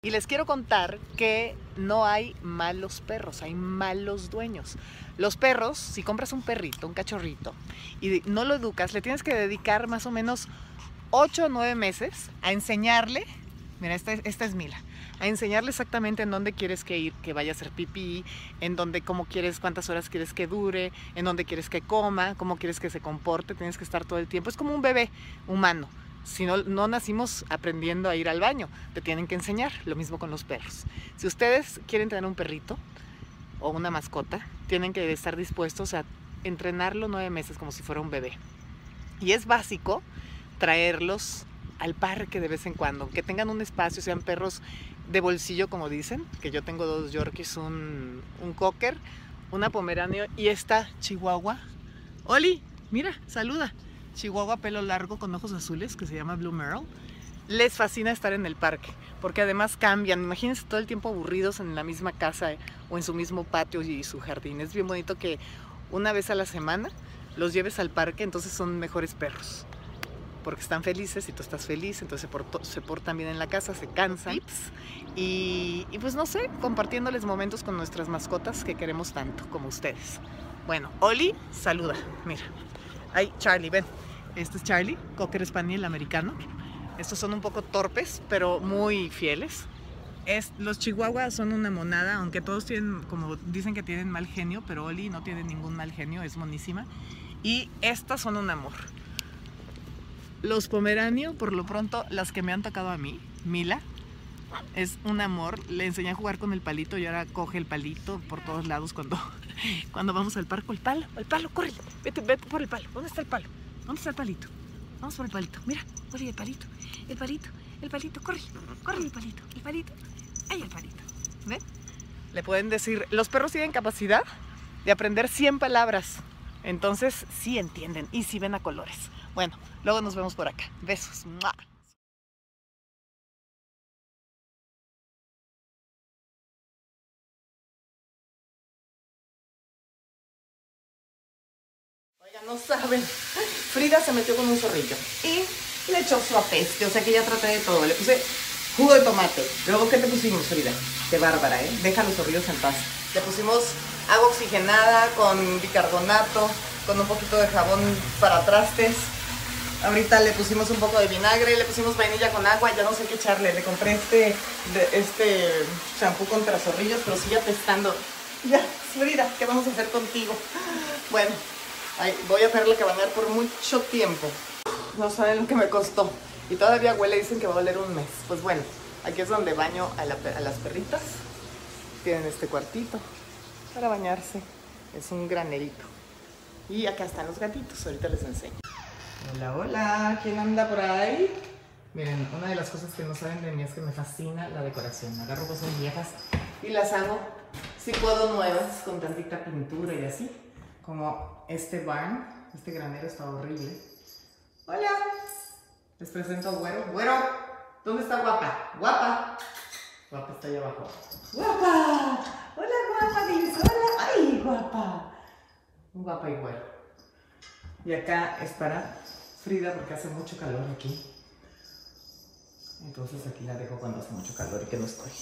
Y les quiero contar que no hay malos perros, hay malos dueños. Los perros, si compras un perrito, un cachorrito, y no lo educas, le tienes que dedicar más o menos 8 o 9 meses a enseñarle, mira, esta es Mila, a enseñarle exactamente en dónde quieres que vaya a hacer pipí, en dónde, cómo quieres, cuántas horas quieres que dure, en dónde quieres que coma, cómo quieres que se comporte, tienes que estar todo el tiempo. Es como un bebé humano. Si no nacimos aprendiendo a ir al baño, te tienen que enseñar. Lo mismo con los perros. Si ustedes quieren tener un perrito o una mascota, tienen que estar dispuestos a entrenarlo 9 meses como si fuera un bebé. Y es básico traerlos al parque de vez en cuando, que tengan un espacio, sean perros de bolsillo, como dicen, que yo tengo 2 Yorkies, un cocker, una pomerania y esta chihuahua. Oli, mira, saluda. Chihuahua pelo largo con ojos azules, que se llama Blue Merle. Les fascina estar en el parque, porque además cambian. Imagínense todo el tiempo aburridos en la misma casa o en su mismo patio y su jardín. Es bien bonito que una vez a la semana los lleves al parque, entonces son mejores perros, porque están felices y tú estás feliz, entonces se portan bien en la casa, se cansan. Y pues no sé, compartiéndoles momentos con nuestras mascotas que queremos tanto como ustedes. Bueno, Oli, saluda, mira. Ay, Charlie, ven. Este es Charlie, Cocker Spaniel americano. Estos son un poco torpes, pero muy fieles. Los chihuahuas son una monada, aunque todos tienen, como dicen que tienen mal genio, pero Oli no tiene ningún mal genio, es monísima. Y estas son un amor. Los pomeranios, por lo pronto, las que me han tocado a mí, Mila, es un amor. Le enseñé a jugar con el palito y ahora coge el palito por todos lados cuando vamos al parque. El palo, corre, vete por el palo. ¿Dónde está el palo? ¿Dónde está el palito? Vamos por el palito. Mira, corre el palito, corre el palito. Ahí el palito. ¿Ven? Le pueden decir, los perros tienen capacidad de aprender 100 palabras. Entonces sí entienden y sí ven a colores. Bueno, luego nos vemos por acá. Besos. ¡Mua! Oigan, no saben. Frida se metió con un zorrillo y le echó su apeste. O sea que ya traté de todo. Le puse jugo de tomate. Luego, ¿qué te pusimos, Frida? Qué bárbara, ¿eh? Deja los zorrillos en paz. Le pusimos agua oxigenada con bicarbonato, con un poquito de jabón para trastes. Ahorita le pusimos un poco de vinagre, le pusimos vainilla con agua, ya no sé qué echarle. Le compré este shampoo contra zorrillos, pero sigue apestando. Ya, Frida, ¿qué vamos a hacer contigo? Bueno, voy a hacerle que bañar por mucho tiempo. No saben lo que me costó. Y todavía huele, dicen que va a oler un mes. Pues bueno, aquí es donde baño a las perritas. Tienen este cuartito para bañarse. Es un granerito. Y acá están los gatitos, ahorita les enseño. Hola, hola, ¿quién anda por ahí? Miren, una de las cosas que no saben de mí es que me fascina la decoración. Agarro cosas viejas y las hago, si puedo, nuevas, con tantita pintura y así. Como este barn, este granero está horrible. Hola, les presento a Güero. Güero, ¿dónde está Guapa? Guapa. Guapa está allá abajo. Guapa. Hola, Guapa, diles hola. Ay, Guapa. Guapa y Güero. Y acá es para Frida porque hace mucho calor aquí. Entonces aquí la dejo cuando hace mucho calor y que no estoy.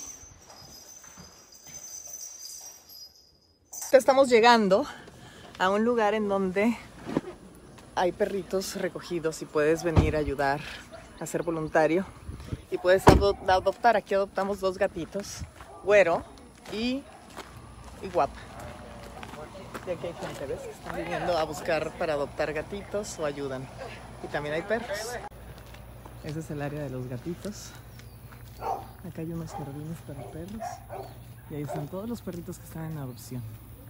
Estamos llegando a un lugar en donde hay perritos recogidos y puedes venir a ayudar a ser voluntario y puedes adoptar. Aquí adoptamos 2 gatitos, Güero y Guapa. Y aquí hay gente, ¿ves? Están viniendo a buscar para adoptar gatitos o ayudan. Y también hay perros. Ese es el área de los gatitos. Acá hay unos jardines para perros. Y ahí están todos los perritos que están en adopción.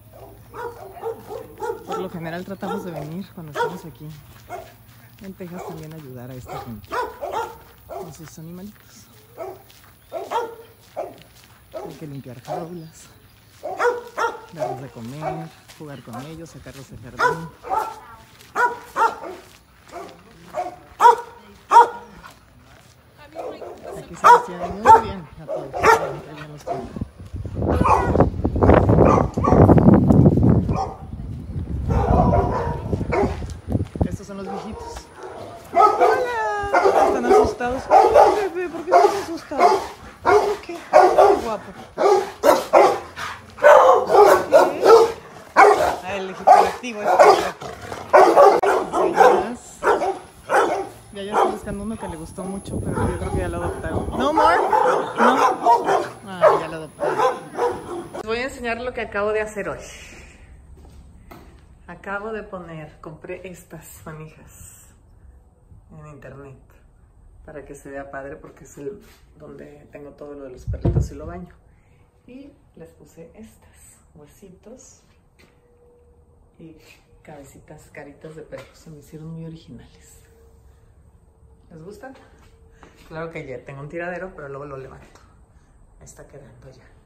Por lo general tratamos de venir cuando estamos aquí en Texas también a ayudar a esta gente con sus animalitos. Hay que limpiar jaulas, darles de comer, jugar con ellos, sacarlos del jardín. Aquí se les tiene muy bien a todos. Estos son los viejitos. ¡Hola! Están asustados. Hola, bebé, ¿por qué estás asustado? ¿Por qué? Guapo. El hiperactivo es ya estoy buscando uno que le gustó mucho, pero yo creo que ya lo adoptaron. ¿No more? No. Ah, ya lo adoptaron. Les voy a enseñar lo que acabo de hacer hoy. Acabo de compré estas manijas en internet para que se vea padre porque es donde tengo todo lo de los perritos y lo baño. Y les puse estas, huesitos y cabecitas, caritas de perros. Se me hicieron muy originales. ¿Les gustan? Claro que ya tengo un tiradero, pero luego lo levanto. Me está quedando ya.